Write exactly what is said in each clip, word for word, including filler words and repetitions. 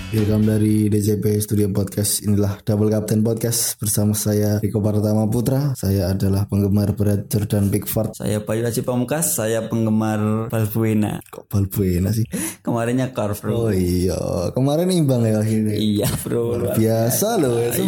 Welcome dari D J P Studio Podcast. Inilah Double Captain Podcast bersama saya Riko Pratama Putra. Saya adalah penggemar berat Jordan Pickford. Saya Bayu Haji Pamungkas. Saya penggemar Balbuena. Kok Balbuena sih? Kemarinnya Car bro. Oh iya, kemarin imbang ya akhirnya. Iya bro. Luar biasa loh ya.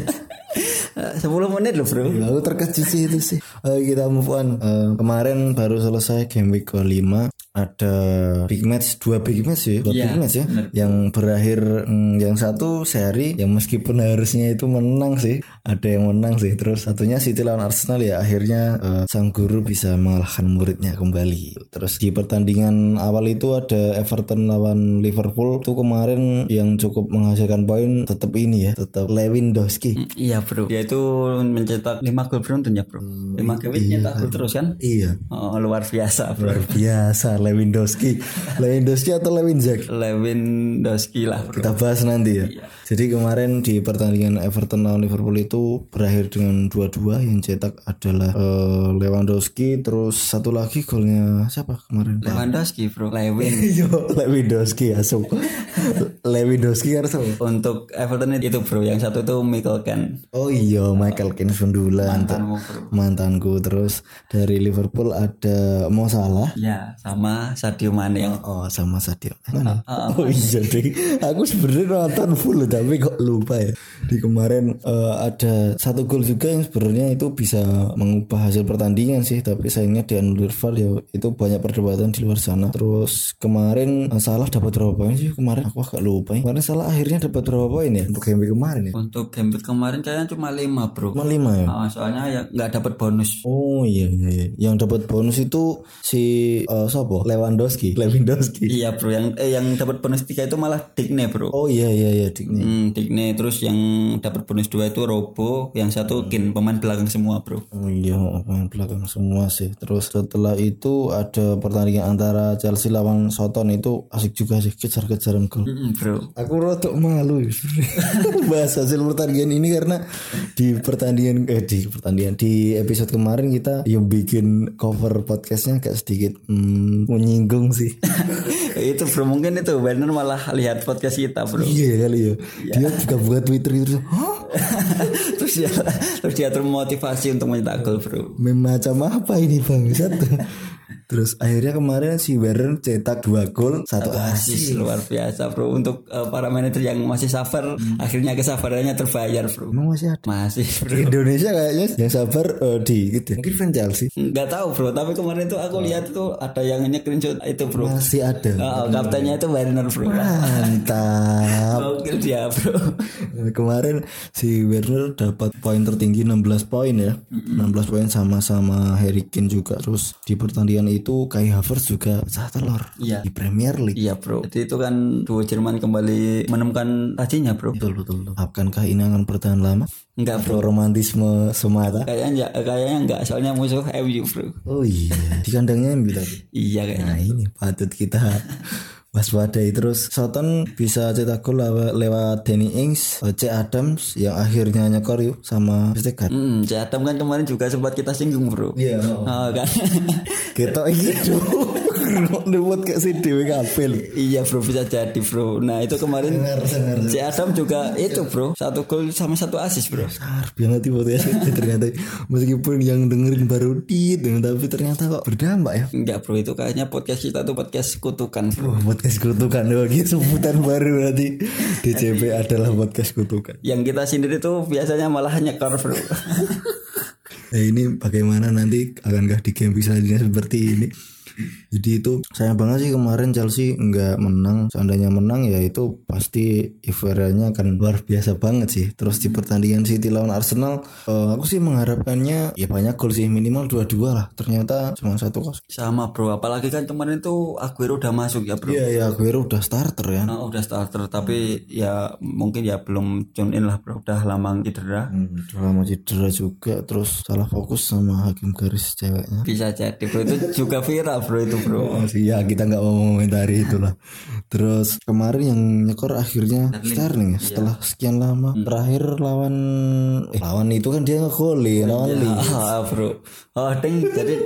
sepuluh menit loh bro. Lalu terkejut sih itu sih. Uh, kita move on. Uh, kemarin baru selesai game week kelima. Ada big match, dua big match ya, dua ya, big match ya, bener. Yang berakhir, mm, yang satu seri, yang meskipun harusnya itu menang sih, ada yang menang sih. Terus satunya City lawan Arsenal ya, akhirnya uh, sang guru bisa mengalahkan muridnya kembali. Terus di pertandingan awal itu ada Everton lawan Liverpool, itu kemarin yang cukup menghasilkan poin tetap ini ya, tetap Lewandowski. Mm, iya bro, dia itu mencetak lima gol beruntun ya bro, lima gol iya. nyetak gol terus kan? Iya. Oh, luar biasa bro. Luar biasa. Lewandowski, Lewandowski atau Lewinzak? Lewandowski lah bro. Kita bahas nanti ya. Iya. Jadi kemarin di pertandingan Everton lawan Liverpool itu berakhir dengan dua dua, yang cetak adalah uh, Lewandowski. Terus satu lagi golnya siapa kemarin? Lewandowski bro, Lewin. Yo, Lewandowski asum. Lewandowski harus Untuk Everton itu bro, yang satu itu Michael Keane. Oh iya, Michael Keane sundulan. Mantanmu bro. Mantanku. Terus dari Liverpool ada Mo Salah. Ya, sama Sadio Mane yang Oh, sama Sadio. Mana? uh, uh, oh iya deh. Aku sebenarnya nonton full tapi kok lupa ya. Di kemarin uh, ada satu gol juga yang sebenarnya itu bisa mengubah hasil pertandingan sih, tapi sayangnya dianulir V A R ya. Itu banyak perdebatan di luar sana. Terus kemarin uh, Salah dapat berapa poin sih kemarin? Aku agak lupa. Ya. Kemarin Salah akhirnya dapat berapa poin ya untuk game kemarin ya? Untuk game kemarin kayaknya cuma lima bro. Cuma lima ya? Uh, soalnya ya nggak dapat bonus. Oh iya iya iya. Yang dapat bonus itu si uh, siapa? Lewandowski. Lewandowski. Iya bro, yang eh yang dapat bonus tiga itu malah Digne bro. Oh iya iya iya Digne. Hmm, Digne. Terus yang dapat bonus dua itu Robo, yang satu Keane, pemain belakang semua bro. Oh iya, pemain belakang semua sih. Terus setelah itu ada pertandingan antara Chelsea lawan Soton, itu asik juga sih, kejar-kejaran gol. Mm-mm, bro. Aku rotok malu ya bahas hasil pertandingan ini karena di pertandingan eh di pertandingan di episode kemarin kita yang bikin cover podcastnya agak sedikit hmm, menyinggung sih. Itu bro, mungkin itu Werner malah lihat podcast kita bro. Iya kali ya. Dia juga buat Twitter itu. Hah? terus dia terus dia termotivasi untuk mencetak gol bro. Macam apa ini bang? Satu. Terus akhirnya kemarin si Werner cetak dua gol, satu asis. Luar biasa bro. Untuk uh, para manajer yang masih sabar, hmm. akhirnya kesabarannya terbayar bro. Emang masih ada? Masih bro. Indonesia kayaknya yang sabar uh, di gitu. Mungkin fan Chelsea. Nggak tahu bro. Tapi kemarin tuh aku lihat tuh ada yang nge-screenshot itu bro. Masih ada. Oh, kaptennya itu Werner bro. Mantap. Gokil dia bro. Kemarin si Werner dapat poin tertinggi enam belas poin ya. Mm-hmm. enam belas poin sama-sama Harry Kane juga. Terus di pertandingan itu Kai Havertz juga pecah telur iya. di Premier League. Iya bro. Jadi itu kan duo Jerman kembali menemukan tajinya bro. Betul betul. Apakah ini akan bertahan lama? Enggak bro. Atau romantisme semata? Kayaknya kayaknya enggak, soalnya musuh M U bro. Oh iya. Di kandangnya M U tadi. Iya kayaknya. Nah ini patut kita waspadai. Terus Soton bisa cetak gol lewat, lewat Danny Ings, C Adams yang akhirnya nyekor yuk sama Vestergaard. Hmm, C Adams kan kemarin juga sempat kita singgung bro. Iya. Oh, oh kan. Kita gitu. Buat kayak si Dewi Kapil. Iya bro, bisa jadi bro. Nah itu kemarin C Adams juga itu bro, satu gol sama satu assist bro. Besar banget buat ya. Ternyata meskipun yang dengerin baru dit, tapi ternyata kok berdampak ya. Enggak bro, itu kayaknya podcast kita tuh podcast kutukan bro. Oh, podcast kutukan lagi sebutan baru nanti. D C P adalah podcast kutukan. Yang kita sendiri tuh biasanya malah nyekor bro. Nah ini bagaimana nanti akankah di game selanjutnya seperti ini? Jadi itu sayang banget sih kemarin Chelsea nggak menang. Seandainya menang ya itu pasti euforianya akan luar biasa banget sih. Terus di pertandingan City lawan Arsenal, uh, aku sih mengharapkannya ya banyak gol sih, minimal dua-dua lah. Ternyata cuma satu kosong. Sama bro, apalagi kan kemarin tuh Aguero udah masuk ya bro. Iya ya, Aguero udah starter ya. Nah, udah starter tapi ya mungkin ya belum tune in lah bro. Udah lama cedera. Hmm, udah lama cedera juga. Terus salah fokus sama hakim garis ceweknya. Bisa jadi bro, itu juga viral bro itu bro. Oh, ya kita nggak mau mengomentari itulah. Terus kemarin yang nyekor akhirnya Sterling ya, setelah sekian lama. Hmm. Terakhir lawan eh, lawan itu kan dia ngegolin lawan ya, Leeds. Ah, bro. Oh ding, jadi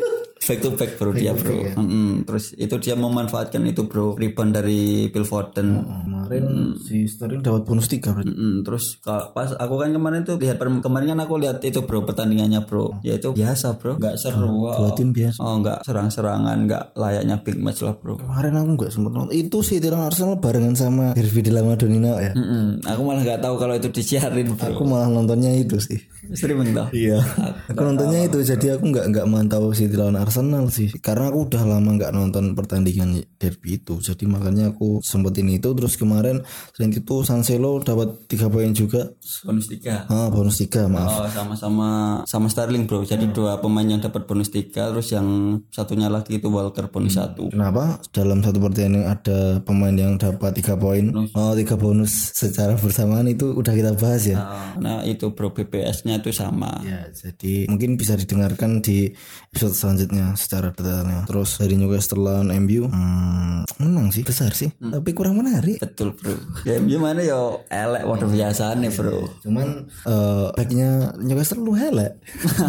back to back bro dia bro. Ya? Mm-mm. Terus itu dia memanfaatkan itu bro, rebound dari Phil Foden. Oh, kemarin mm. si Sterling dapat bonus tiga bro. Mm-mm. Terus pas aku kan kemarin tuh lihat kemarin kan aku lihat itu bro pertandingannya bro. Ya itu biasa bro, nggak seru. Oh, dua tim biasa. Oh nggak serang-serangan, nggak layaknya big match lah bro. Kemarin aku nggak sempat nonton. Itu sih Tirang Arsenal barengan sama Hervé de la Madonnina ya. Mm-mm. Aku malah nggak tahu kalau itu disiarin bro. Aku malah nontonnya itu sih. Streaming tau. Iya. Aku nontonnya itu, jadi aku nggak nggak mantau City lawan Arsenal sih, karena aku udah lama nggak nonton pertandingan derby itu, jadi makanya aku sempetin itu. Terus kemarin selain itu Cancelo dapat tiga poin juga, bonus tiga. Ah bonus tiga maaf. Oh sama-sama sama Sterling bro. Jadi hmm. dua pemain yang dapat bonus tiga, terus yang satunya lagi itu Walker bonus hmm. satu. Kenapa dalam satu pertandingan ada pemain yang dapat tiga poin? Oh tiga bonus secara bersamaan, itu udah kita bahas ya. Nah, nah itu bro B P S-nya itu sama. Ya, jadi mungkin bisa didengarkan di episode selanjutnya secara detailnya. Terus dari Newcastle lawan M U, hmm, menang sih, besar sih, hmm. tapi kurang menarik. Betul bro. Ya M U mana yo elek waduh biasaan nih bro. Cuman uh, backnya Newcastle lu elek.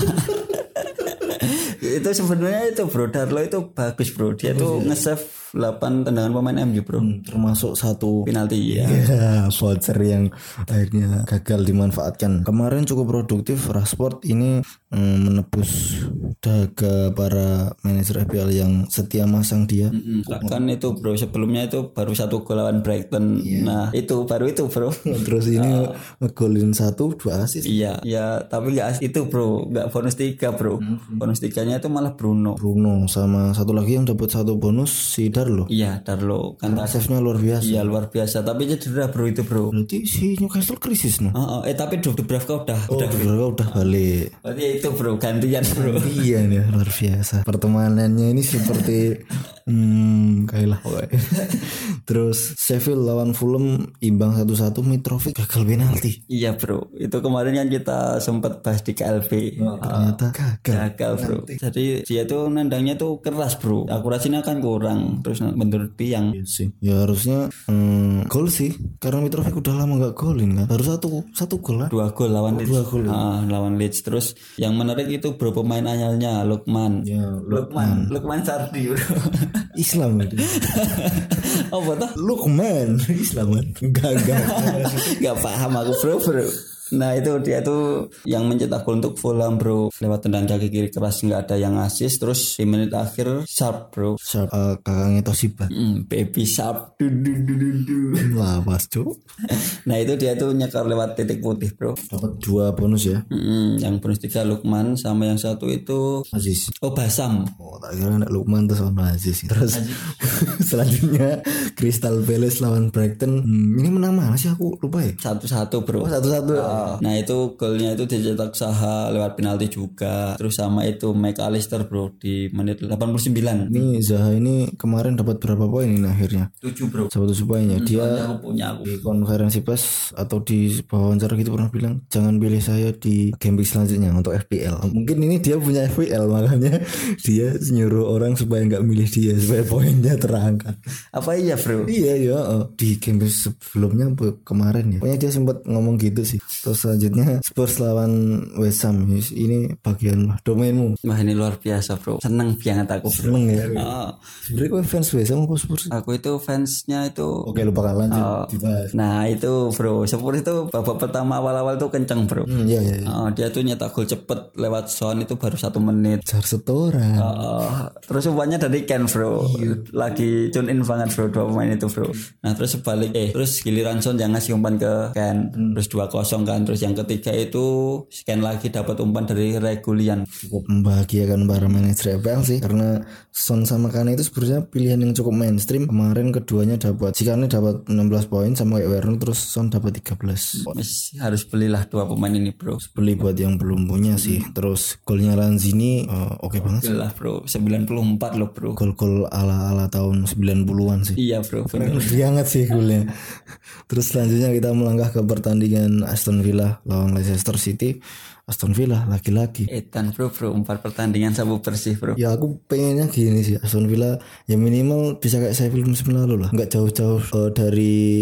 Itu sebenarnya itu bro, Darlow itu bagus bro. Dia bagus, tuh ya. Nge-save delapan tendangan pemain M U bro. Hmm, termasuk satu penalti ya. Yeah, voucher yang akhirnya gagal dimanfaatkan. Kemarin cukup produktif Rashford ini mm, menebus daga para manajer E P L yang setia masang dia. Mm-hmm. Kan itu bro, sebelumnya itu baru satu gol lawan Brighton. Yeah. Nah, itu baru itu bro. Terus ini uh, ngegolin satu dua asis. Iya, ya, tapi enggak itu bro, enggak bonus tiga bro. Mm-hmm. Bonus tiganya itu malah Bruno. Bruno sama satu lagi yang dapat satu bonus si Darlow. Iya, Darlow kan save-nya luar biasa. Iya, luar biasa, tapi cedera bro itu bro. Berarti si Newcastle krisis no. Uh, uh, eh tapi Dubravka udah oh, udah Dubravka udah balik. Berarti itu bro, gantian bro. Gantian ya, luar biasa. Pertemanannya ini seperti hmm kayak lah. Terus Sheffield lawan Fulham imbang satu satu, Mitrovic gagal penalti. Iya bro, itu kemarin yang kita sempat bahas di K L B. Oh, ternyata gagal. Gagal bro. Jadi dia tuh nendangnya tuh keras bro, akurasinya kan kurang. Terus menurut Tiang iya sih. Ya harusnya hmm, gol sih, karena Mitrovic udah lama gak golin kan. Baru satu satu gol lah. Dua gol lawan oh, Leeds. Dua gol. Ah, lawan Leeds. Terus yang menarik itu bro pemain anyalnya Lukman. Ya, Lukman. Lukman Sardi bro. Islam itu. Oh betul. Lukman Islam kan? Enggak enggak. Enggak paham aku bro bro. Nah itu dia tuh yang mencetak gol untuk Fulham bro, lewat tendang kaki kiri keras, nggak ada yang assist. Terus di menit akhir Sharp bro, Sharp uh, kakaknya Toshiba, mm, baby Sharp du, du, du, du, du. Lawas cuk. Nah itu dia tuh nyekar lewat titik putih bro, dapat dua bonus ya. Mm-mm, yang bonus tiga Lukman, sama yang satu itu Aziz. Oh Basam. Oh tak kira ada Lukman terus sama Aziz. Terus selanjutnya Crystal Palace lawan Brighton. Hmm, ini menang mana sih aku lupa ya. Satu-satu bro. Oh, satu-satu. Uh, Nah itu golnya itu dicetak Zaha lewat penalti juga. Terus sama itu McAllister bro di menit delapan puluh sembilan. Ini Zaha ini kemarin dapat berapa poin ini akhirnya? tujuh bro. Dapat tujuh poin ya. Dia aku punya aku. Di konferensi pers atau di wawancara gitu pernah bilang jangan pilih saya di game selanjutnya untuk F P L. Mungkin ini dia punya F P L makanya dia nyuruh orang supaya nggak milih dia supaya poinnya terangkat. Apa iya bro? Iya ya di game sebelumnya kemarin ya. Pokoknya dia sempat ngomong gitu sih. Terus selanjutnya Spurs lawan West Ham. Ini bagian domainmu. Wah ini luar biasa bro. Seneng banget aku bro. Seneng ya. Oh. Sebenernya kau fans West Ham apa Spurs? Aku itu fansnya itu. Oke lupakan lanjut. Oh. Nah itu bro, Spurs itu babak pertama awal-awal tuh kenceng bro. Hmm, iya, iya, iya. Oh, dia tuh nyetak gol cepet lewat Son itu baru satu menit. Jar setoran. Oh, terus umpannya dari Ken bro. Iya. Lagi tune in banget bro dua pemain itu bro. Nah terus sebalik eh terus giliran Son yang ngasih umpan ke Ken. Hmm. Terus dua kosong kan. Terus yang ketiga itu scan lagi dapat umpan dari Regulian. Cukup membahagiakan para manajer E P L sih, karena Son sama Kane itu sebenarnya pilihan yang cukup mainstream. Kemarin keduanya dapat, si Kane dapat enam belas poin sama kayak Werner, terus Son dapat tiga belas. Mas, harus belilah dua pemain ini bro. Beli buat yang belum punya sih. Terus golnya Lanzini uh, oke okay banget sih. Lah bro, sembilan puluh empat loh bro. Gol-gol ala-ala tahun sembilan puluhan sih. Iya bro, benar. Banget sih golnya. Terus selanjutnya kita melangkah ke pertandingan Aston Villa lawan Leicester City. Aston Villa lagi-lagi Etan bro bro empat pertandingan sama bersih bro. Ya aku pengennya gini sih, Aston Villa ya minimal bisa kayak Sheffield musim lalu lah, nggak jauh-jauh uh, dari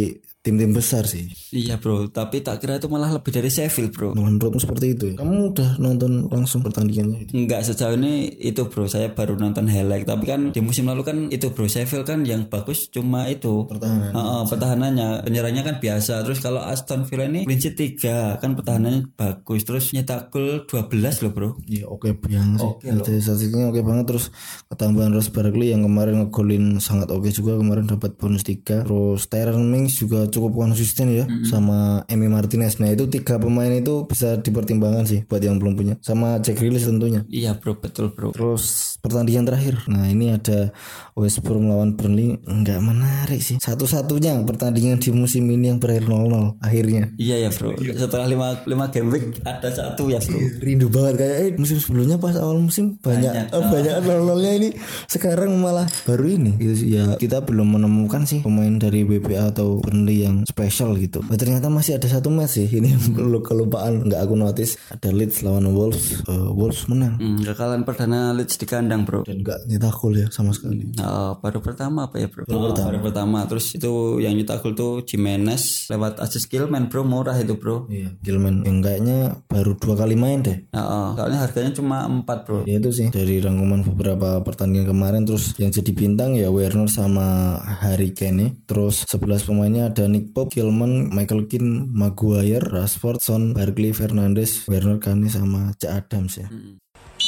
tim-tim besar sih. Iya bro, tapi tak kira itu malah lebih dari Sheffield bro. Menurutmu seperti itu ya? Kamu udah nonton langsung pertandingannya itu? Enggak, sejauh ini itu bro, saya baru nonton highlight. Tapi kan di musim lalu kan itu bro, Sheffield kan yang bagus cuma itu Pertahanan. uh, pertahanannya, penyerangnya kan biasa. Terus kalau Aston Villa ini clean sheet tiga, kan pertahanannya bagus. Terus nyetak gol dua belas loh bro. Iya oke banget sih. Oke loh. Jadi statistiknya oke banget. Terus ketambahan Ross Barkley yang kemarin ngegolin sangat oke juga, kemarin dapat bonus tiga. Terus Tyrone Mings juga cukup konsisten ya, mm-hmm. sama Emi Martinez. Nah itu tiga pemain itu bisa dipertimbangkan sih buat yang belum punya. Sama Jack Grealish tentunya. Iya bro, betul bro. Terus pertandingan terakhir, nah ini ada West Brom lawan Burnley. Nggak menarik sih, satu-satunya pertandingan di musim ini yang berakhir nol nol akhirnya. Iya ya bro, setelah lima lima game week ada satu ya bro. Rindu banget kayak eh, musim sebelumnya pas awal musim banyak banyak, oh, banyak nol nolnya, ini sekarang malah baru ini gitu sih. Ya kita belum menemukan sih pemain dari B B A atau Burnley yang spesial gitu. Nah, ternyata masih ada satu match sih ini perlu kelupaan, nggak aku notice. Ada Leeds lawan Wolves. uh, Wolves menang. Hmm, kekalahan perdana Leeds di kandang bro. Dan nggak nyetak gol ya sama sekali. Nah, baru pertama apa ya bro? Baru, oh, pertama. baru pertama. Terus itu yang nyetak gol tuh Jimenez lewat assist Gilman bro, murah itu bro. Iya, Gilman yang kayaknya baru dua kali main deh. Nah, oh, soalnya harganya cuma empat bro. Ya itu sih dari rangkuman beberapa pertandingan kemarin. Terus yang jadi bintang ya Werner sama Harry Kane. Terus sebelas pemainnya ada Nick Pope, Gilman, Michael Keane, Maguire, Rashford, Son, Barkley, Fernandes, Werner, Kane sama Jack Adams ya. Hmm.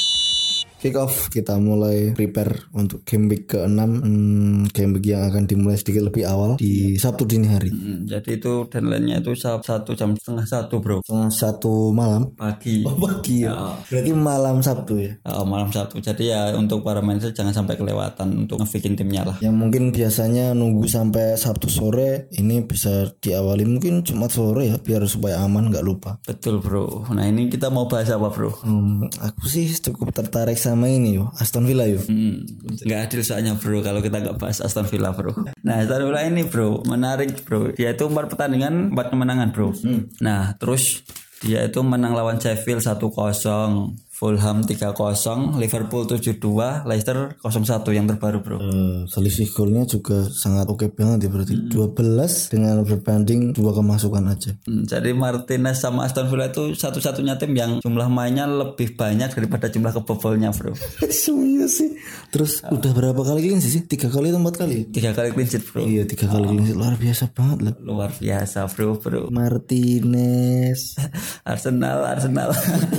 Kick off, kita mulai prepare untuk game week keenam, hmm, game week yang akan dimulai sedikit lebih awal di Sabtu dini hari. Hmm, jadi itu deadline-nya itu satu jam setengah satu bro. Setengah satu malam. Pagi. Oh pagi ya. Oh. Berarti malam Sabtu ya. Oh, malam Sabtu. Jadi ya untuk para manajer jangan sampai kelewatan untuk ngebikin timnya lah. Yang mungkin biasanya nunggu sampai Sabtu sore, ini bisa diawali mungkin Jumat sore ya, biar supaya aman nggak lupa. Betul bro. Nah ini kita mau bahas apa bro? Hmm, aku sih cukup tertarik sama ini yo, Aston Villa yo. Hmm, nggak adil soalnya bro kalau kita nggak bahas Aston Villa bro. Nah Aston Villa ini bro menarik bro. Dia itu empat pertandingan empat kemenangan bro. Hmm. Nah terus dia itu menang lawan Sheffield satu kosong, Fulham tiga kosong, Liverpool tujuh dua, Leicester nol satu yang terbaru bro. Uh, selisih golnya juga sangat oke banget ya berarti. Hmm. dua belas dengan berbanding dua kemasukan aja. Hmm, jadi Martinez sama Aston Villa itu satu-satunya tim yang jumlah mainnya lebih banyak daripada jumlah kebobolnya bro. Iya sih. Terus uh. udah berapa kali clean sheet sih? Tiga kali atau empat kali? Tiga kali clean sheet bro. Iya tiga kali uh. clean sheet, luar biasa banget lah. Luar biasa bro bro. Martinez. Arsenal Arsenal.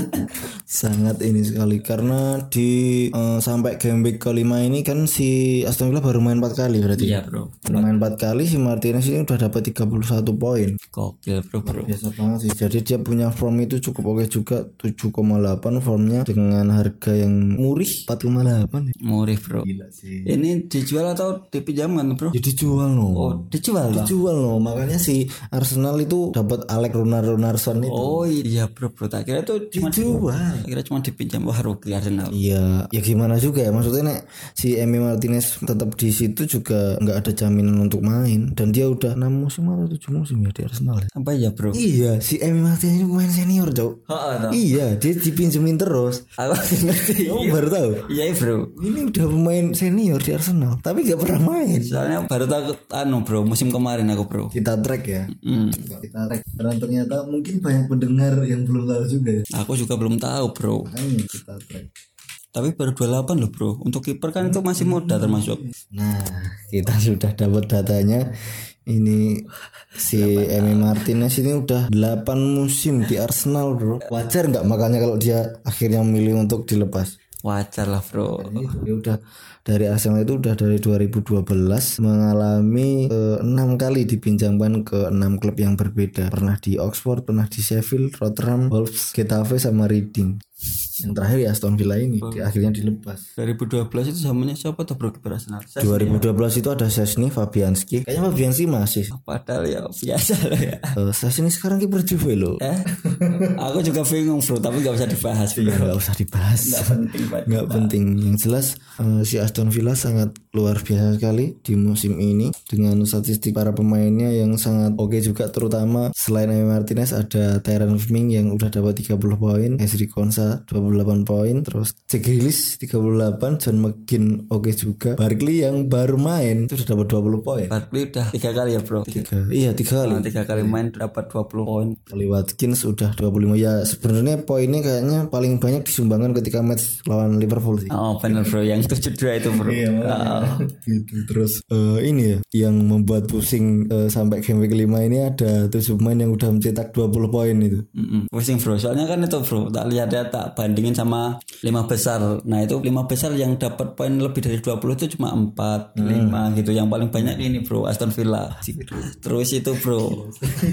Sangat ini sekali karena di uh, sampai game week kelima ini kan si Aston Villa baru main empat kali berarti. Iya bro. Baru main empat kali si Martinez ini udah dapat tiga puluh satu poin. Gokil bro bro. Biasa banget sih. Jadi dia punya form itu cukup oke juga, tujuh koma delapan formnya dengan harga yang murih empat koma delapan. Murih bro. Gila sih. Ini dijual atau dipinjamkan bro? Ya dijual loh. Oh dijual lah. Dijual loh. Makanya si Arsenal itu dapat Alex Runar-Runarsson itu. Oh iya bro bro. Tak kira itu cuma dijual. Tak kira cuma dipinjam. Wah rugi Arsenal. Iya, ya gimana juga ya, maksudnya nek si Emi Martinez tetap di situ juga nggak ada jaminan untuk main, dan dia udah enam musim atau tujuh musim ya di Arsenal ya. Apa ya bro? Iya, si Emi Martinez pemain senior jauh. Oh, iya, dia dipinjemin terus. Aku ngerti. Oh, baru tahu. Iya bro. Ini udah pemain senior di Arsenal, tapi nggak pernah main. Soalnya baru tahu anu bro, musim kemarin aku bro. Kita track ya. Mm. Kita track. Karena ternyata mungkin banyak pendengar yang belum tahu juga. Aku juga belum tahu bro. Makanya kita track. Tapi baru dua puluh delapan loh bro. Untuk kiper kan itu masih muda termasuk. Nah kita sudah dapat datanya. Ini si Emi Martinez ini udah delapan musim di Arsenal bro. Wajar nggak makanya kalau dia akhirnya memilih untuk dilepas? Wajar lah bro. Ini dia udah dari Arsenal itu udah dari dua ribu dua belas mengalami eh, enam kali dipinjamkan ke enam klub yang berbeda. Pernah di Oxford, pernah di Sheffield, Rotherham, Wolves, Getafe sama Reading. Yang terakhir ya Aston Villa ini oh. di, akhirnya dilepas. dua ribu dua belas itu zamannya siapa tuh bro kiper Arsenal? dua ribu dua belas itu ada Szczesny, Fabianski. Kayaknya Fabianski masih. Padahal ya biasa lah ya. Uh, Szczesny sekarang kiper Juve loh. Eh? Aku juga bingung bro, tapi gak usah dibahas. Gak usah dibahas. Gak penting. Gak penting. Yang jelas uh, si Aston Villa sangat luar biasa sekali di musim ini dengan statistik para pemainnya yang sangat oke juga, terutama selain Emi Martinez ada Tyrone Mings yang udah dapat tiga puluh poin, Ezri Konsa dua puluh delapan poin, terus Jack Grealish tiga puluh delapan, John McGinn oke juga, Barkley yang baru main itu sudah dapat dua puluh poin. Barkley udah tiga kali ya bro. Tiga, iya tiga kali. Nah, tiga kali main dapat dua puluh poin. Oli Watkins udah dua puluh lima ya. Sebenarnya poinnya kayaknya paling banyak disumbangkan ketika match lawan Liverpool sih. Oh benar bro, yang tujuh dua itu bro. Iya, oh. Gitu. Terus uh, ini ya yang membuat pusing uh, sampai game week lima ini ada tujuh pemain yang udah mencetak dua puluh poin itu. Mm-mm. Pusing bro, soalnya kan itu bro, tak lihat ya, tak bandingin sama lima besar. Nah itu lima besar yang dapat poin lebih dari dua puluh itu cuma empat, hmm. lima gitu. Yang paling banyak ini bro, Aston Villa. Terus itu bro.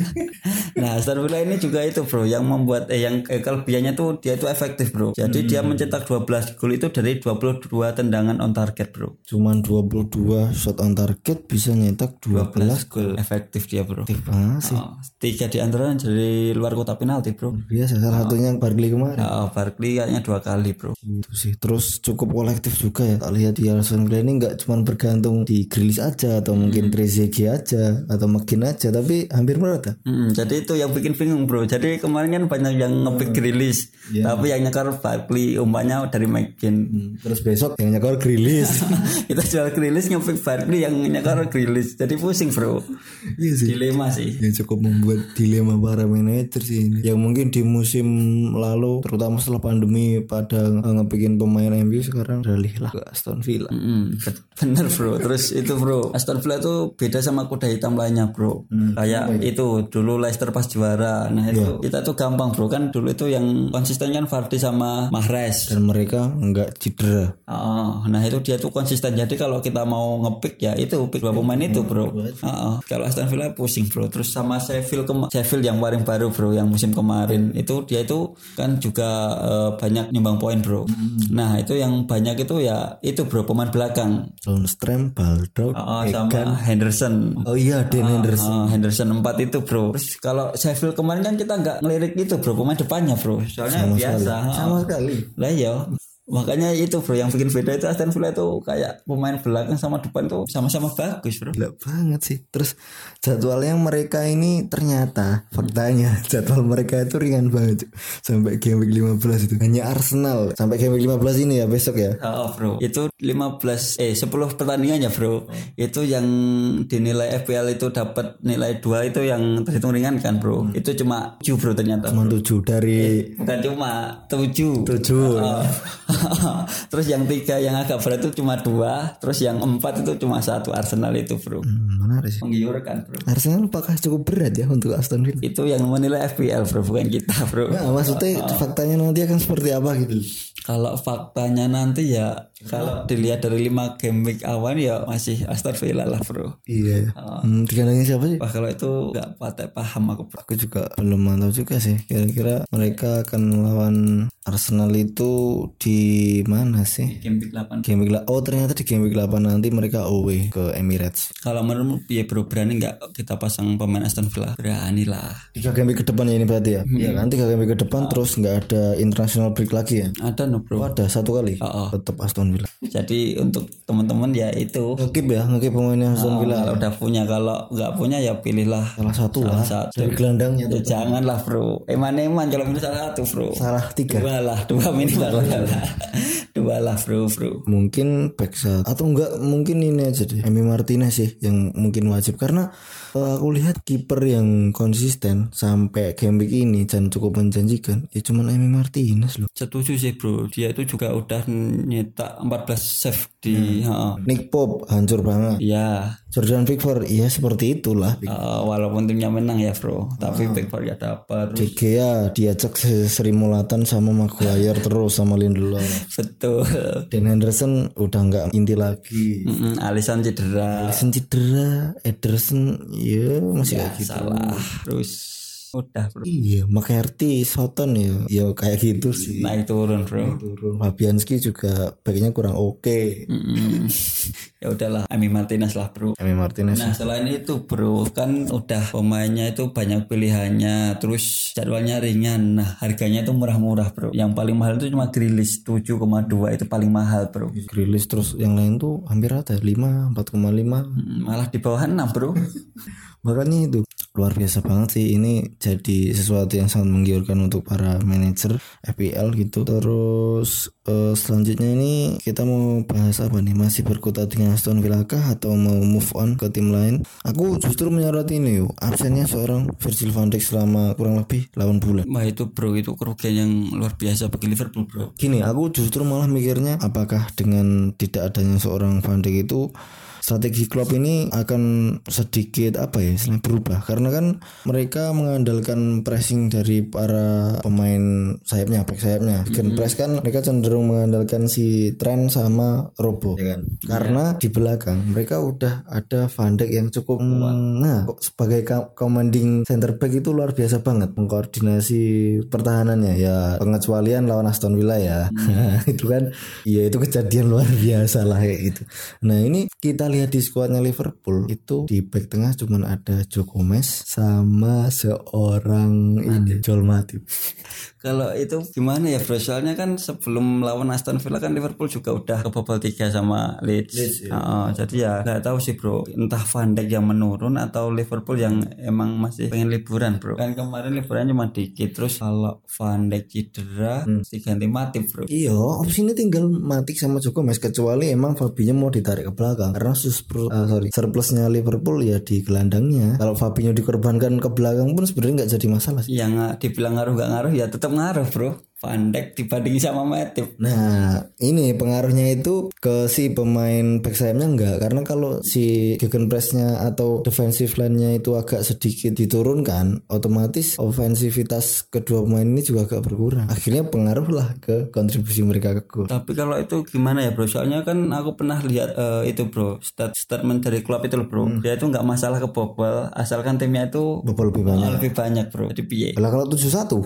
Nah Aston Villa ini juga itu bro, yang membuat eh yang eh, kelebihannya tuh dia itu efektif bro. Jadi hmm. dia mencetak dua belas gol itu dari dua puluh dua tendangan on target bro. Cuman dua puluh dua shot on target bisa nyetak dua belas gol. Efektif dia bro. Efektif banget sih. Oh, tiga di antara dari luar kotak penalti bro. Biasa salah oh. satunya Barkley kemarin. Oh, Barkley kayaknya dua kali bro. Gitu sih. Terus cukup kolektif juga ya. Tak lihat di Aston Villa ini nggak cuma bergantung di Grealish aja atau hmm. mungkin Trezeguet aja atau McGinn aja, tapi hampir merata. Hmm, jadi itu yang bikin bingung bro. Jadi kemarin kan banyak yang ngepick Grealish, yeah. tapi yang nyekar Barkley umpamanya dari McGinn. Hmm. Terus besok yang nyekar Grealish. Kita jual Grealish ngepick Barkley yang nyekar Grealish. Jadi pusing bro. Iya sih. Dilema sih. Ya cukup membuat dilema para manajer sih ini. Yang mungkin di musim lalu terutama setelah pandemi pada ngepikin pemain M U, sekarang beralih lah ke Aston Villa. Mm-hmm. Bener bro. Terus itu bro, Aston Villa itu beda sama kuda hitam lainnya bro. Hmm, Kayak itu dulu Leicester pas juara. Nah itu yeah. kita tuh gampang bro, kan dulu itu yang konsisten kan Vardy sama Mahrez. Dan mereka enggak cedera. Oh, nah itu dia tuh konsisten. Jadi kalau kita mau ngepick ya itu pick dua pemain itu bro. Oh, kalau Aston Villa pusing bro. Terus sama Sheffield kema- Sheffield yang paling baru bro, yang musim kemarin itu dia itu kan juga uh, banyak nyumbang poin bro. Hmm. Nah itu yang banyak itu ya itu bro, pemain belakang. Lundstram, Baldock, oh, sama Henderson. Oh iya, Dan uh, Henderson. Uh, Henderson empat itu bro. Terus kalau Sheffield kemarin kan kita nggak ngelirik itu bro, pemain depannya bro. Soalnya sama biasa. Sekali. Sama sekali. Lah iya. Makanya itu bro yang bikin beda itu Aston Villa itu kayak pemain belakang sama depan tuh sama-sama bagus bro. Gila banget sih. Terus jadwalnya mereka ini ternyata faktanya jadwal mereka itu ringan banget sampai game week lima belas itu. Hanya Arsenal sampai game week lima belas ini ya besok ya. Oh bro. Itu lima belas eh sepuluh pertandingannya bro. Oh. Itu yang dinilai F P L itu dapat nilai dua itu yang terhitung ringan kan bro. Hmm. Itu cuma tujuh bro ternyata. Cuma tujuh dari eh, bukan cuma tujuh. tujuh. Oh. Terus yang tiga yang agak berat itu cuma dua. Terus yang empat itu cuma satu, Arsenal itu bro. hmm, Menarik sih. Menggiurkan bro. Arsenal apakah cukup berat ya untuk Aston Villa? Itu yang menilai F P L bro, bukan kita bro. Nah, maksudnya oh. faktanya nanti akan seperti apa gitu? Kalau faktanya nanti ya kalau dilihat dari lima game week awal ya masih Aston Villa lah bro. Iya. Oh. Hmm, dikandangin siapa sih? Wah kalau itu nggak patah paham aku bro. Aku juga belum mantau juga sih. Kira-kira mereka akan melawan Arsenal itu di mana sih? Di game week delapan. Game week delapan. Oh ternyata di game week delapan nanti mereka away ke Emirates. Kalau menurut ya bro, berani nggak kita pasang pemain Aston Villa? Berani lah. Tiga game week ke depan ya ini berarti ya? Iya hmm. kan tiga game week ke depan oh. Terus nggak ada international break lagi ya? Ada no bro. Oh, ada satu kali. Oh, oh. Tetap Aston Villa. Jadi untuk teman-teman ya itu. Ngekip ya, ngekip pemainnya Aston Villa. Oh, kalau udah punya, kalau nggak punya ya pilihlah salah satu salah lah. Satu. Dari gelandangnya. Ya, janganlah bro. Eman-eman kalau pilih salah satu bro. Salah tiga. Dua lah, dua minimal lah. Dua lah bro bro. Mungkin back satu atau enggak mungkin ini aja deh. Emi Martinez sih yang mungkin wajib karena uh, aku lihat kiper yang konsisten sampai game week ini dan cukup menjanjikan ya cuman Emi Martinez loh. Setuju sih bro. Dia itu juga udah nyetak empat belas save di hmm. uh. Nick Pope hancur banget. Iya. Jordan Pickford ya seperti itulah. Uh, walaupun timnya menang ya bro, tapi uh. Pickford ya dapat. De Gea diajak Sri Mulatan sama Maguire terus sama Lindelof. Betul. Dan Henderson udah nggak inti lagi. Mm-mm, Alisson cedera. Alisson cedera. Ederson ya masih ya, kayak gitu. Salah. Terus udah bro. Iya, McCarthy, Soton ya, ya kayak gitu sih. Naik turun bro. Naik turun. Fabianski juga baginya kurang oke. Okay. Ya udahlah, Emi Martinez lah bro. Emi Martinez. Nah selain itu bro, kan udah pemainnya itu banyak pilihannya. Terus jadwalnya ringan. Nah harganya itu murah-murah bro. Yang paling mahal itu cuma Grealish tujuh koma dua itu paling mahal bro. Grealish, terus yang lain tuh hampir ada lima, empat koma lima. Hmm, malah di bawah enam bro. Makanya itu luar biasa banget sih, ini jadi sesuatu yang sangat menggiurkan untuk para manajer F P L gitu. Terus uh, selanjutnya ini kita mau bahas apa nih, masih berkutat dengan Aston Villa kah atau mau move on ke tim lain? Aku justru menyoroti ini yuk, absennya seorang Virgil van Dijk selama kurang lebih delapan bulan. Wah itu bro, itu kerugian yang luar biasa bagi Liverpool bro. Gini, aku justru malah mikirnya apakah dengan tidak adanya seorang Van Dijk itu strategi Klopp ini akan sedikit apa ya istilahnya berubah, karena kan mereka mengandalkan pressing dari para pemain sayapnya, back sayapnya. Gen press kan mereka cenderung mengandalkan si Trent sama Robo ya kan? Karena yeah. di belakang mereka udah ada Van Dijk yang cukup mm, nah sebagai commanding center back itu luar biasa banget mengkoordinasi pertahanannya ya, pengecualian lawan Aston Villa ya. Mm. Itu kan ya itu kejadian luar biasa lah kayak gitu. Nah ini kita lihat di skuadnya Liverpool itu di back tengah cuman ada Joe Gomez sama seorang ini Joel Matip. Kalau itu gimana ya bro, soalnya kan sebelum lawan Aston Villa kan Liverpool juga udah kebobol tiga sama Leeds, Leeds ya. uh, jadi ya nggak tahu sih bro, entah Van Dijk yang menurun atau Liverpool yang emang masih pengen liburan bro. Kan kemarin liburan cuma dikit, terus kalau Van Dijk cedera hmm. diganti Matip bro. Iya, opsinya tinggal Matip sama Joe Gomez, kecuali emang Fabinho mau ditarik ke belakang karena Super, uh, sorry, surplusnya Liverpool ya di gelandangnya. Kalau Fabinho dikorbankan ke belakang pun sebenarnya nggak jadi masalah sih. Yang dibilang ngaruh nggak ngaruh ya tetap ngaruh bro. Van Dijk dibanding sama Matip. Nah ini pengaruhnya itu ke si pemain back sayapnya enggak, karena kalau si gegenpressnya atau defensive line-nya itu agak sedikit diturunkan, otomatis ofensivitas kedua pemain ini juga agak berkurang. Akhirnya pengaruh lah ke kontribusi mereka ke gol. Tapi kalau itu gimana ya bro, soalnya kan aku pernah lihat uh, itu bro, stat statement dari klub itu loh bro. hmm. Dia itu nggak masalah kebobol asalkan timnya itu bobol lebih banyak. Uh, lebih banyak bro. Jadi piye? Kalau kalau tujuh satu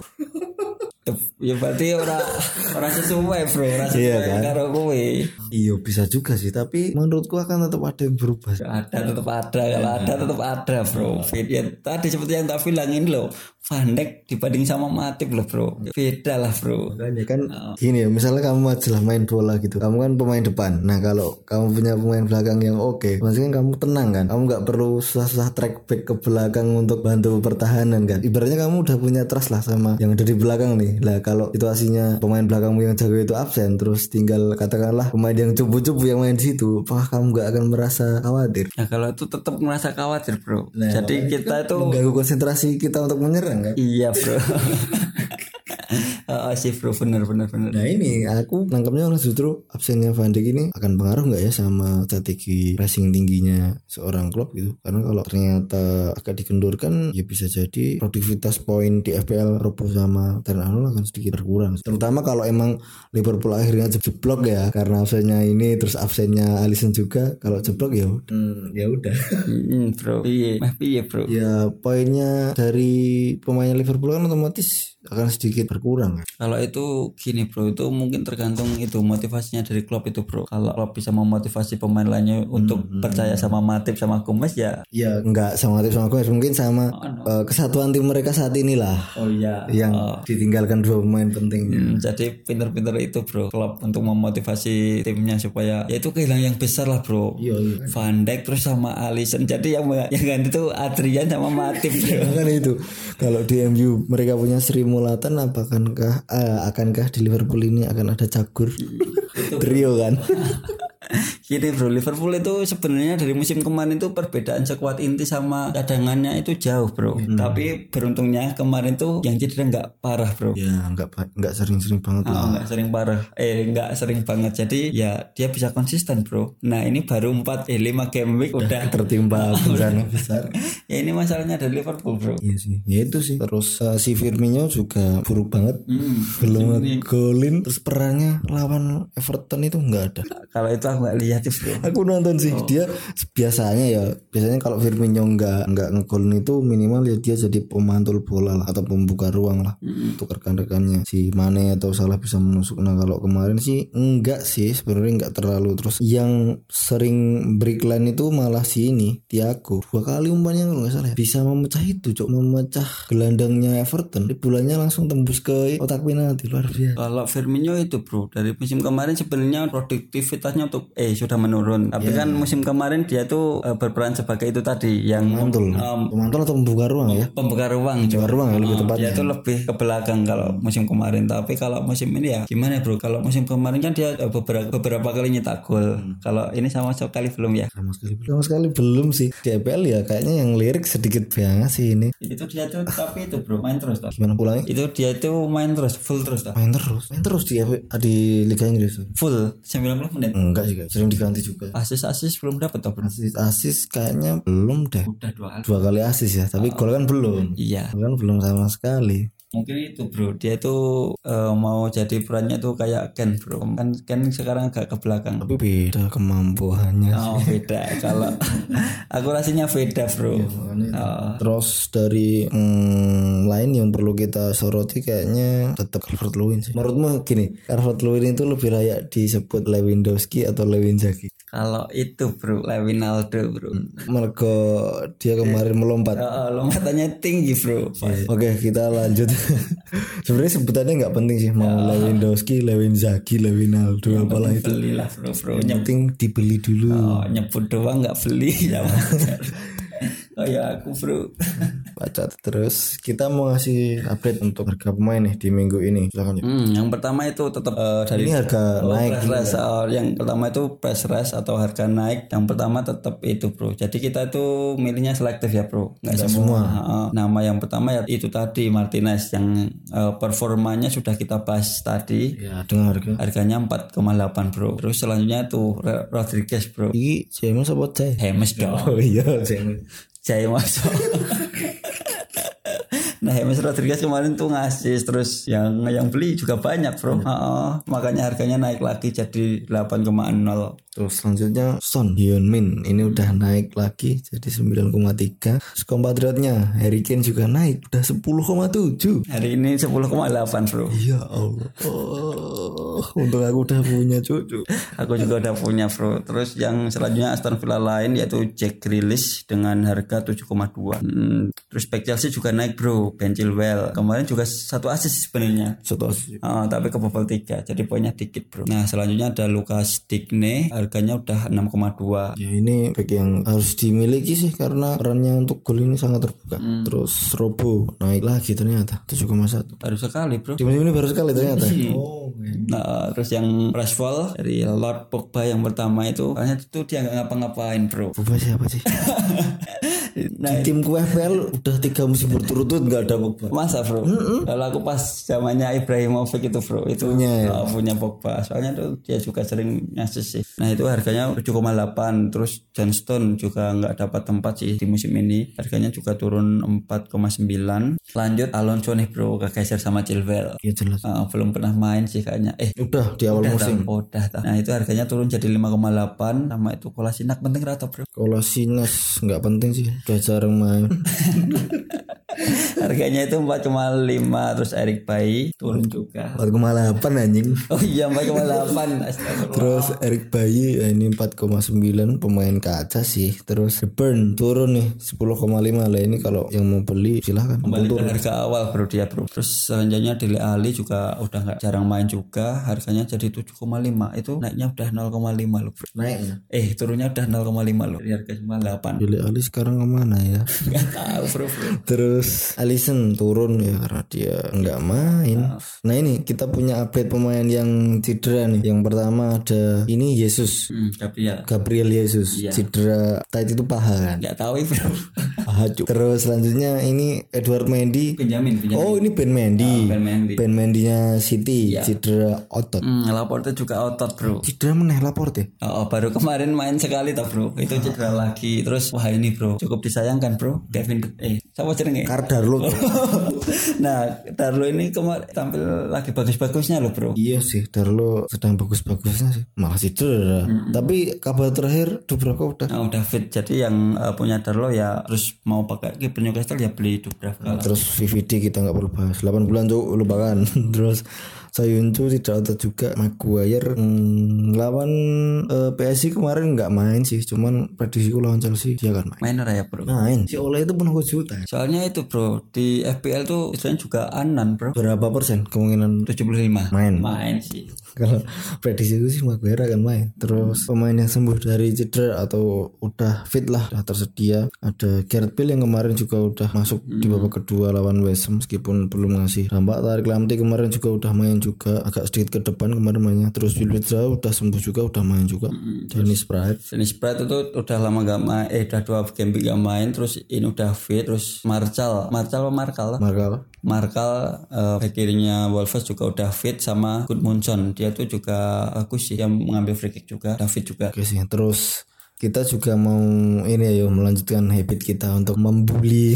ya berarti orang orang sesuai bro, orang sesuai iya kan? Karo kowe. Iya bisa juga sih, tapi menurutku akan tetap ada yang berubah. Ada tetap ada, kalau ada tetap ada bro. Ya, tadi seperti yang tak bilangin loh, Van Dijk dibanding sama Matip loh bro, beda lah bro. Makanya kan oh. gini ya, misalnya kamu aja main bola gitu, kamu kan pemain depan. Nah kalau kamu punya pemain belakang yang oke, okay, maksudnya kamu tenang kan, kamu nggak perlu susah-susah track back ke belakang untuk bantu pertahanan kan. Ibaratnya kamu udah punya trust lah sama yang ada di belakang nih. Lah kalau situasinya pemain belakangmu yang jago itu absen, terus tinggal katakanlah pemain yang cupu-cupu yang main di situ, apakah kamu nggak akan merasa khawatir? Nah kalau itu tetap merasa khawatir bro. Nah, jadi kita itu mengganggu konsentrasi kita untuk menyerang kan? Iya bro. Oh sih bro, benar benar benar. Nah ini aku nangkapnya justru absennya Van Dijk ini akan pengaruh nggak ya sama strategi pressing tingginya seorang klub gitu, karena kalau ternyata agak dikendurkan ya bisa jadi produktivitas poin di F P L Robo sama Trent Arnold akan sedikit berkurang, terutama kalau emang Liverpool akhirnya jeblok ya karena absennya ini, terus absennya Alisson juga. Kalau jeblok ya hmm, ya udah hmm, bro iya iya bro ya poinnya dari pemainnya Liverpool kan otomatis akan sedikit berkurang. Kalau itu gini bro, itu mungkin tergantung itu motivasinya dari klub itu bro. Kalau klub bisa memotivasi pemain lainnya untuk hmm, percaya sama Matip sama Gomez ya ya enggak sama Matip sama Gomez, mungkin sama oh, no. uh, kesatuan tim mereka saat inilah. Oh iya yang oh. ditinggalkan dua pemain pentingnya. hmm, jadi pinter-pinter itu bro klub untuk memotivasi timnya supaya ya itu kehilangan yang besar lah bro. Iya, iya. Van Dijk terus sama Alisson, jadi yang yang ganti itu Adrian sama Matip bro. Kan itu kalau di M U mereka punya Sri Mulatan, apakankah uh, akankah di Liverpool ini akan ada Cagur trio kan? Gini bro, Liverpool itu sebenarnya dari musim kemarin itu perbedaan sekuat inti sama cadangannya itu jauh bro. Hmm. Tapi beruntungnya kemarin tuh yang cedera nggak parah bro. Ya nggak nggak sering-sering banget oh, lah. Nggak sering parah. Eh nggak sering banget. Jadi ya dia bisa konsisten bro. Nah ini baru empat eh lima game week udah, udah tertimpa bencana besar. Ya ini masalahnya dari Liverpool bro. Iya sih. Ya itu sih. Terus uh, si Firmino juga buruk banget. Hmm. Belum ngegolin. Terus perannya lawan Everton itu nggak ada. Kalau itu aku nggak lihat sih bro. Aku nonton sih. Oh. Dia biasanya ya, biasanya kalau Firmino nggak nggak ngegolin itu minimal ya dia jadi pemantul bola lah atau pembuka ruang lah mm. untuk rekan-rekannya si Mane atau Salah bisa menusuk. Nah kalau kemarin sih enggak sih sebenarnya nggak terlalu. Terus yang sering break line itu malah si ini Thiago dua kali umpannya kalau nggak salah ya. Bisa memecah itu cok, memecah gelandangnya Everton. Di bulannya langsung tembus ke kotak penalti, luar biasa. Kalau Firmino itu bro dari musim kemarin sebenarnya produktivitasnya untuk eh sudah menurun. Tapi yeah. kan musim kemarin dia tuh uh, berperan sebagai itu tadi yang pemantul, um, pemantul atau pembuka ruang ya? Pembuka ruang, pembuka ruang ya, lebih uh, tepatnya. Dia tuh lebih ke belakang kalau musim kemarin. Tapi kalau musim ini ya gimana bro? Kalau musim kemarin kan dia uh, beberapa beberapa kali nyetak gol. Hmm. Kalau ini sama sekali belum ya? Sama sekali belum. Sama sekali belum sih. Di E P L ya kayaknya yang lirik sedikit banget sih ini. Itu dia tuh tapi itu bro main terus toh. Gimana pulangnya? Itu dia itu main terus, full terus toh. Main terus. Main terus di di Liga Inggris. Full sembilan puluh menit. Enggak sih, sering diganti juga. Asis-asis belum dapat toh bro. Asis-asis kayaknya belum deh. Udah dua kali. Dua kali asis ya, tapi oh. gol kan belum. Iya. Gol kan belum sama sekali. Mungkin itu bro, dia tuh uh, mau jadi perannya tuh kayak Ken bro. Kan Ken sekarang agak ke belakang. Tapi beda kemampuannya. Oh beda. Kalau akurasinya beda bro. Ya, oh. Terus dari hmm, lain yang perlu kita soroti kayaknya tetap Calvert-Lewin sih. Menurutmu gini, Calvert-Lewin itu lebih layak disebut Lewandowski atau Lewinjaki? Kalau itu bro, Lewinaldo bro. Mergo dia kemarin melompat. Oh, lompatannya tinggi bro. Oke okay, kita lanjut. Sebenarnya sebutannya nggak penting sih, mau oh. Lewandowski, Lewinjaki, Lewinaldo ya, apalah itu. Belilah bro bro. Yang penting dibeli dulu. Oh, nyebut doang nggak beli ya. Oh ya aku bro. Baca terus kita mau ngasih update untuk harga pemain nih di minggu ini. Silakan. Hmm, yang pertama itu tetap uh, dari ini harga oh, naik. Press oh, yang pertama itu press rest atau harga naik. Yang pertama tetap itu bro. Jadi kita itu milihnya selektif ya bro. Nggak semua. semua. Uh, nama yang pertama ya itu tadi Martinez yang uh, performanya sudah kita bahas tadi. Ya dengan harga. Harganya empat koma delapan bro. Terus selanjutnya tuh Rodriguez bro. Ini James apa Jay? James dong. Oh iya James. Jay masuk. Nah James Rodriguez kemarin tuh ngasih terus yang yang beli juga banyak bro. Hmm. Uh, makanya harganya naik lagi jadi delapan koma nol. Terus selanjutnya Son Heung-min ini udah naik lagi jadi sembilan koma tiga. Terus kompatriotnya Harry Kane juga naik udah sepuluh koma tujuh. Hari ini sepuluh koma delapan bro. Ya Allah. Oh, untuk aku udah punya cucu. Aku juga udah punya bro. Terus yang selanjutnya Aston Villa lain yaitu Jack Grealish dengan harga tujuh koma dua. Hmm, terus back Chelsea juga naik bro. Ben Chilwell kemarin juga satu assist sebenarnya. Satu assist. Uh, tapi kebobol tiga jadi poinnya dikit bro. Nah selanjutnya ada Lucas Digne. Harganya udah enam koma dua. Ya ini back yang harus dimiliki sih karena perannya untuk gol ini sangat terbuka. Hmm. Terus Robo naik lagi ternyata tujuh koma satu. Baru sekali bro. Di musim ini baru sekali ternyata. Oh. Nah terus yang Rashford dari Lord Pogba yang pertama itu kayaknya itu dia nggak ngapa-ngapain bro. Pogba siapa sih? Nah, di tim Q F L udah tiga musim berturut-turut nggak ada Pogba. Masa bro? Mm-hmm. Kalau aku pas zamannya Ibrahimovic itu bro itu punya, ya? uh, punya Pogba. Soalnya tuh dia juga sering ngasih sih. Nah itu harganya tujuh koma delapan. Terus John Stone juga nggak dapat tempat sih di musim ini. Harganya juga turun empat koma sembilan. Lanjut Alonso nih bro kegeser sama Chilwell. Iya jelas. Uh, belum pernah main sih kayaknya. Eh udah di awal udah, musim. Tak, udah. Tak. Nah itu harganya turun jadi lima koma delapan. Sama itu Kolasinac penting atau bro? Kolasinac nggak penting sih. Udah jarang main. Harganya itu empat koma lima. Terus Eric Bailly turun juga empat koma delapan anjing. Oh iya empat koma delapan. Terus Eric Bailly ini empat koma sembilan pemain kaca sih. Terus Burn turun nih sepuluh koma lima lah. Ini kalau yang mau beli silahkan kembali ke harga awal bro dia bro. Terus selanjutnya Dele Alli juga udah nggak jarang main juga. Harganya jadi tujuh koma lima. Itu naiknya udah nol koma lima loh bro. Naiknya? Eh turunnya udah nol koma lima loh. Dari harga sembilan koma delapan. Dele Alli sekarang kemana ya? Gak tahu bro, bro. Terus Alisson turun ya karena dia nggak main. Nah ini kita punya update pemain yang cedera nih. Yang pertama ada ini Jesus. Hmm, Gabriel. Gabriel Jesus. Iya. Cedera tight itu paha kan? Gak tahu bro. Paha cuk. Terus selanjutnya ini Edward Mendy. Benjamin. Benjamin. Oh ini Ben Mendy. Oh, Ben Mendy. Ben Mendy-nya City. Iya. Cedera otot. Hmm, Laporte juga otot bro. Cedera meneh Laporte. Oh, oh baru kemarin main sekali toh bro. Itu cedera lagi. Terus wah ini bro cukup disayangkan bro. Kevin eh siapa jenenge? Kar Darlo. Nah, Darlo ini kemarin tampil lagi bagus-bagusnya loh, Bro. Iya sih, Darlo sedang bagus-bagusnya sih. Malah cedera. Mm-hmm. Tapi kabar terakhir Dubravka udah nah, udah fit. Jadi yang uh, punya Darlo ya terus mau pakai kiper Newcastle ya beli Dubravka. Nah, terus V V D kita enggak perlu bahas. delapan bulan tuh lupakan. Terus Soyuncu tidak ada juga. Maguire hmm, lawan uh, P S G kemarin nggak main sih, cuman prediksiku lawan Chelsea dia akan main. Main ya bro. Main. Si Ole itu penuh kejutan. Soalnya itu bro di F P L tuh istilahnya juga anan bro. Berapa persen kemungkinan? tujuh puluh lima. Main. Main sih. Kalau prediksiku sih Maguire akan main. Terus pemain yang sembuh dari cedera atau udah fit lah, udah tersedia. Ada Gareth Bale yang kemarin juga udah masuk hmm. di babak kedua lawan West Ham meskipun belum ngasih dampak. Tarik Lamptey kemarin juga udah main juga, agak sedikit ke depan kemarin mainnya. Terus Wilfried Zaha udah sembuh juga, udah main juga. hmm. Dennis Praet. Dennis Praet itu udah lama gak main, eh udah dua game gak main. Terus ini udah fit. Terus Martial, Martial apa Markal lah? Markal. Markal uh, back kirinya Wolves juga udah fit sama Gudmundsson. Dia tuh juga aku sih yang mengambil free kick juga, David juga. Oke sih. Terus kita juga mau ini ya melanjutkan habit kita untuk membuli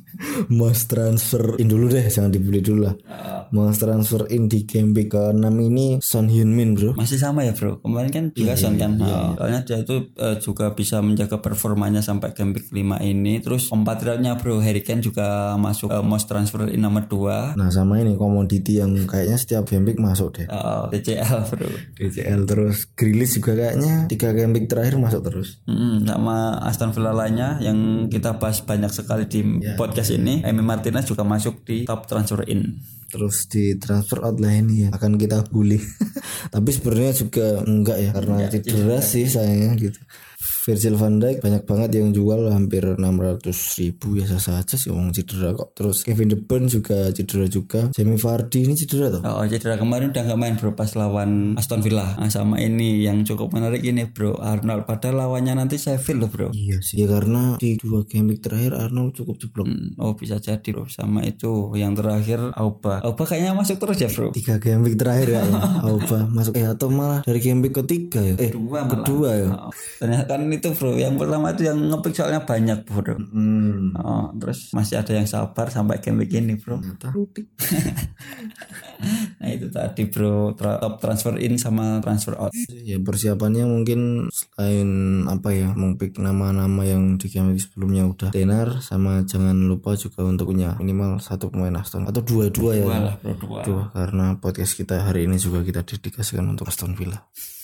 most transfer in dulu deh, jangan dibully dulu lah. Uh, most transfer in di game week ke enam ini Son Heung-min bro. Masih sama ya bro. Kemarin kan juga yeah, Son kan. Yeah, yeah. Soalnya dia itu uh, juga bisa menjaga performanya sampai game week lima ini. Terus compatriotnya bro Harry Kane juga masuk uh, most transfer in nomor dua. Nah sama ini komoditi yang kayaknya setiap game week masuk deh. Uh, D C L bro. D C L terus Grealish juga kayaknya tiga game week terakhir masuk terus. Hmm, sama Aston Villa lainnya yang kita bahas banyak sekali di yeah. podcast ini. Emi Martinez juga masuk di top transfer in. Terus di transfer out lah ini ya akan kita bully. Tapi sebenarnya juga enggak ya karena ya, cedera sih sayangnya gitu. Virgil van Dijk banyak banget yang jual hampir enam ratus ribu ya sah aja sih orang cedera kok. Terus Kevin De Bruyne juga cedera juga. Jamie Vardy ini cedera tuh. Oh cedera kemarin udah gak main bro pas lawan Aston Villa. Nah, sama ini yang cukup menarik ini bro Arnold. Padahal lawannya nanti Sheffield loh bro. Iya sih ya karena di dua game week terakhir Arnold cukup jeblok. hmm, Oh bisa jadi bro. Sama itu yang terakhir Auba. Auba kayaknya masuk terus ya bro. Tiga game week terakhir ya Auba masuk. Eh atau malah dari game week ketiga ya. Eh kedua, kedua ya. Oh, ternyata kan itu bro yang pertama itu yang ngepick soalnya banyak bro. hmm. Oh, terus masih ada yang sabar sampai game week ini bro. Nah itu tadi bro tra- top transfer in sama transfer out. Ya persiapannya mungkin selain apa ya mengpick nama-nama yang di game week sebelumnya udah tenar, sama jangan lupa juga untuk punya minimal satu pemain Aston atau dua-dua ya. Dua lah bro dua. Dua karena podcast kita hari ini juga kita dedikasikan untuk Aston Villa.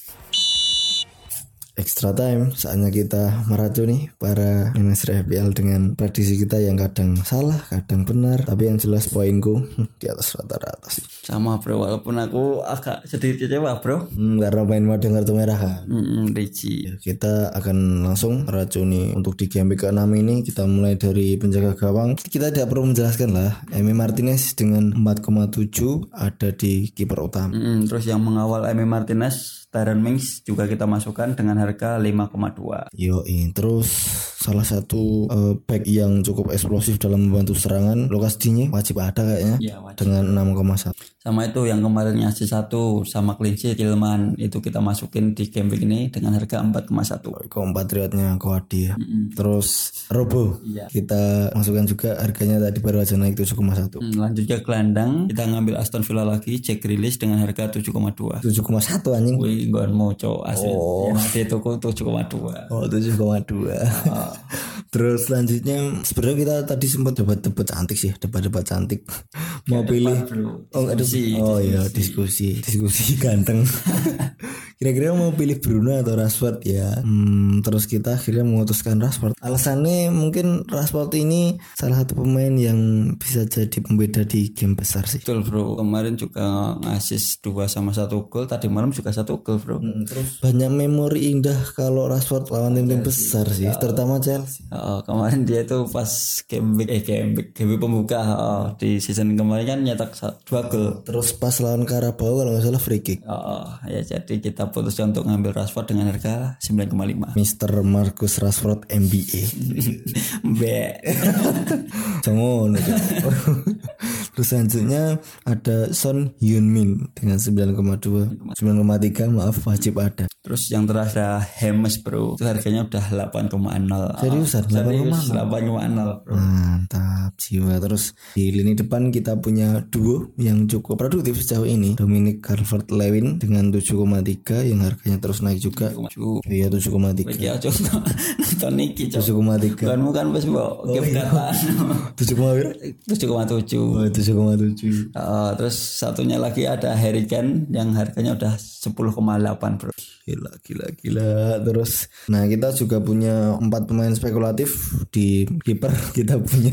Extra time, saatnya kita meracuni para manajer F P L dengan prediksi kita yang kadang salah, kadang benar. Tapi yang jelas poinku di atas rata-rata sih. Sama bro, walaupun aku agak sedikit kecewa bro. Hmm, karena main mode kartu merah kan. Hmm, Ricci. Ya, kita akan langsung meracuni untuk di game ke enam ini. Kita mulai dari penjaga gawang. Kita tidak perlu menjelaskan lah. Emi Martinez dengan empat koma tujuh ada di kiper utama. Hmm, terus yang mengawal Emi Martinez, Tyrone Mings juga kita masukkan dengan harga lima koma dua. Yoi, terus salah satu uh, back yang cukup eksplosif dalam membantu serangan Lucas Digne wajib ada kayaknya ya, wajib. Dengan enam koma satu. Sama itu yang kemarin ngasih satu sama clean sheet Tillman itu kita masukin di game week ini dengan harga empat koma satu. Kompatriotnya Koadi ya. Mm-hmm. Terus Robo ya. Kita masukkan juga harganya tadi baru aja naik tujuh koma satu. Mm, lanjut ke gelandang kita ngambil Aston Villa lagi Jack Grealish dengan harga tujuh koma dua. tujuh koma satu anjing. Wih gak mau cowok asli. Oh. Yang di toko tujuh koma dua. Oh tujuh koma dua. Oh. Terus selanjutnya sebenarnya kita tadi sempat debat-debat cantik sih, debat-debat cantik. Mau ya, pilih depan, oh ada sih. Oh iya diskusi, diskusi ganteng. Kira-kira mau pilih Bruno atau Rashford ya. Hmm, terus kita akhirnya memutuskan Rashford. Alasannya mungkin Rashford ini salah satu pemain yang bisa jadi pembeda di game besar sih. Betul bro, kemarin juga ngasis dua sama satu gol, tadi malam juga satu gol bro. Hmm, terus banyak memori indah kalau Rashford lawan tim-tim besar sih, ya, terutama Chelsea. Oh, kemarin dia tuh pas game week eh game week, game week pembuka oh, di season kemarin kan nyetak dua gol. Terus pas lawan Carabao kalau nggak salah free kick. Oh, ya jadi kita putuskan untuk ngambil Rashford dengan harga sembilan koma lima. Mister Marcus Rashford M B A. B. Jangan. Terus selanjutnya ada Son Heung-min dengan sembilan koma dua, sembilan koma tiga maaf wajib ada. Terus yang terakhir ada James bro, itu harganya udah delapan koma nol. Seriusan delapan koma nol bro. Mantap jiwa. Terus di lini depan kita punya duo yang cukup produktif sejauh ini, Dominic Calvert-Lewin dengan tujuh koma tiga yang harganya terus naik juga. Iya tujuh koma tiga. Iya coba nonton iki tujuh koma tiga. Bukan bukan pas mbok game kataan. tujuh koma tujuh. tujuh koma tujuh. Oh, tujuh koma tujuh. Uh, terus satunya lagi ada Harry Kane yang harganya udah sepuluh koma delapan bro. Gila gila gila. Terus nah kita juga punya empat pemain spekulatif di kiper. Kita punya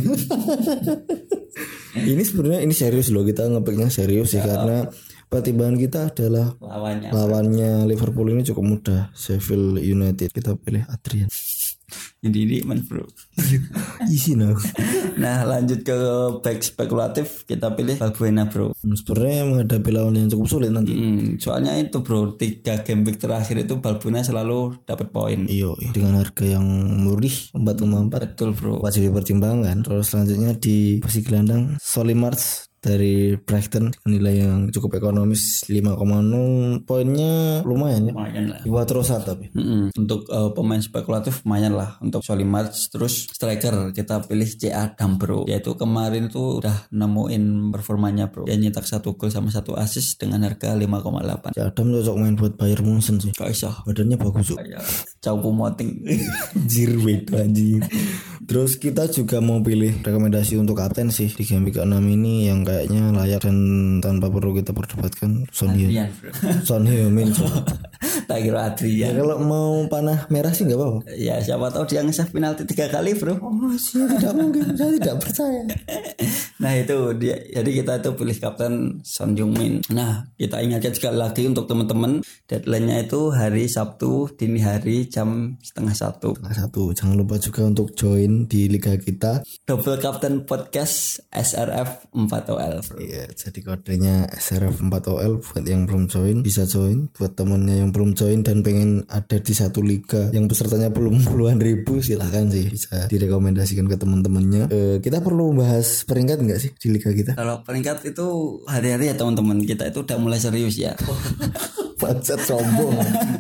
ini sebenarnya ini serius loh, kita ngepicknya serius sih, karena pertimbangan kita adalah lawannya lawannya Liverpool ini cukup mudah, Sheffield United. Kita pilih Adrian. Jadi ini man bro. Isi no. Nah lanjut ke back spekulatif, kita pilih Balbuena bro. Sebenarnya menghadapi lawan yang cukup sulit nanti. Hmm, soalnya itu bro, tiga game week terakhir itu Balbuena selalu dapat poin. Iyo, dengan harga yang murah empat koma empat. Betul bro. Wajib dipertimbangkan. Terus selanjutnya di posisi gelandang Solly March dari Brighton dengan nilai yang cukup ekonomis lima koma nol, poinnya lumayan ya. Lumayan lah. Buat Trossard tapi. Mm-mm. Untuk uh, pemain spekulatif lumayan lah untuk Solly March. Terus striker kita pilih C. Adam bro. Yaitu kemarin tuh udah nemuin performanya bro. Dia nyetak satu gol sama satu assist dengan harga lima koma delapan. C. Adam cocok main buat Bayern Munchen sih. Gak bisa. Badannya bagus tuh. Kayak Caupu Moting. Anjir beda anjir. Terus kita juga mau pilih rekomendasi untuk kapten sih di game week enam ini yang kayaknya layak dan tanpa perlu kita perdebatkan. Son Heung-min. Son Heung-min. Tak kira Adrian. Ya, kalau mau panah merah sih nggak apa-apa. Ya siapa tahu dia nge-save penalti tiga kali bro. Oh sih tidak mungkin. Saya tidak percaya. Nah itu dia. Jadi kita itu pilih kapten Son Heung-min. Nah kita ingatkan sekali lagi untuk teman-teman, deadline-nya itu hari Sabtu dini hari jam setengah satu. Setengah satu. Jangan lupa juga untuk join di liga kita Double Captain Podcast S R F empat O L bro. Iya, jadi kodenya S R F empat O L buat yang belum join bisa join. Buat temennya yang belum join dan pengen ada di satu liga yang pesertanya belum puluhan ribu, silahkan sih bisa direkomendasikan ke teman-temannya. E, kita perlu bahas peringkat nggak sih di liga kita? Kalau peringkat itu hari-hari ya teman-teman, kita itu udah mulai serius ya. Pacat sombong.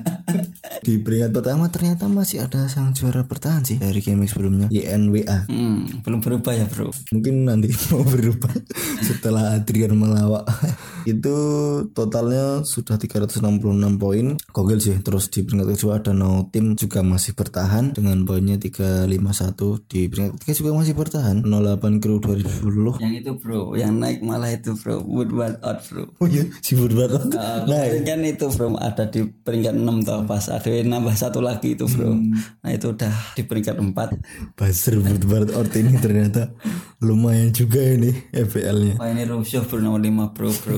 Di peringkat pertama ternyata masih ada sang juara bertahan sih dari game sebelumnya, Y N W A. Hmm, belum berubah ya bro. Mungkin nanti mau berubah setelah Adrian melawak. Itu totalnya sudah tiga ratus enam puluh enam poin. Gokil sih. Terus di peringkat kedua ada No Team juga masih bertahan dengan poinnya tiga ratus lima puluh satu. Di peringkat ketiga juga masih bertahan nol delapan Crew dua ribu sepuluh. Yang itu bro, yang naik malah itu bro, Woodward out bro. Oh iya, si Woodward out. Uh, nah kan itu bro ada di peringkat enam tau, pas ada yang nambah satu lagi itu bro. Hmm. Nah itu udah di peringkat empat. Buzzer Woodward out ini ternyata lumayan juga ini F P L-nya. Wah ini rusuh bro, nomor lima bro bro.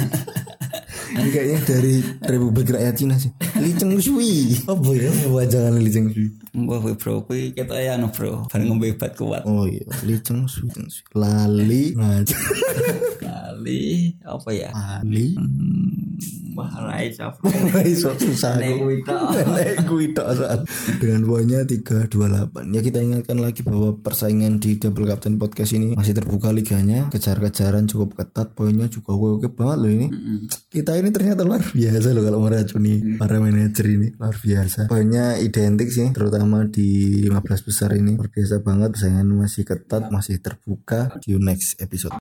Ini kayaknya dari Republik Rakyat Cina sih. Li Cheng Shui. Oh boy, wajangan Li Cheng Shui. Wah bro, kui kita ya no bro, bareng ngombe obat kuat. Oh iya, Li Cheng Shui. Lali ngaji. Lali apa ya? Lali. Wah Raisa. Raisa susah. Nek kuwi tok. Nek kuwi tok soal. Dengan poinnya tiga ratus dua puluh delapan. Ya kita ingatkan lagi bahwa persaingan di Double Captain Podcast ini masih terbuka liganya, kejar-kejaran cukup ketat, poinnya juga oke banget loh ini. Mm-hmm. Kita ini ternyata luar biasa loh kalau meracuni mm. para manajer ini, luar biasa. Poinnya identik sih, terutama di lima belas besar ini luar biasa banget, persaingan masih ketat, masih terbuka. See you next episode.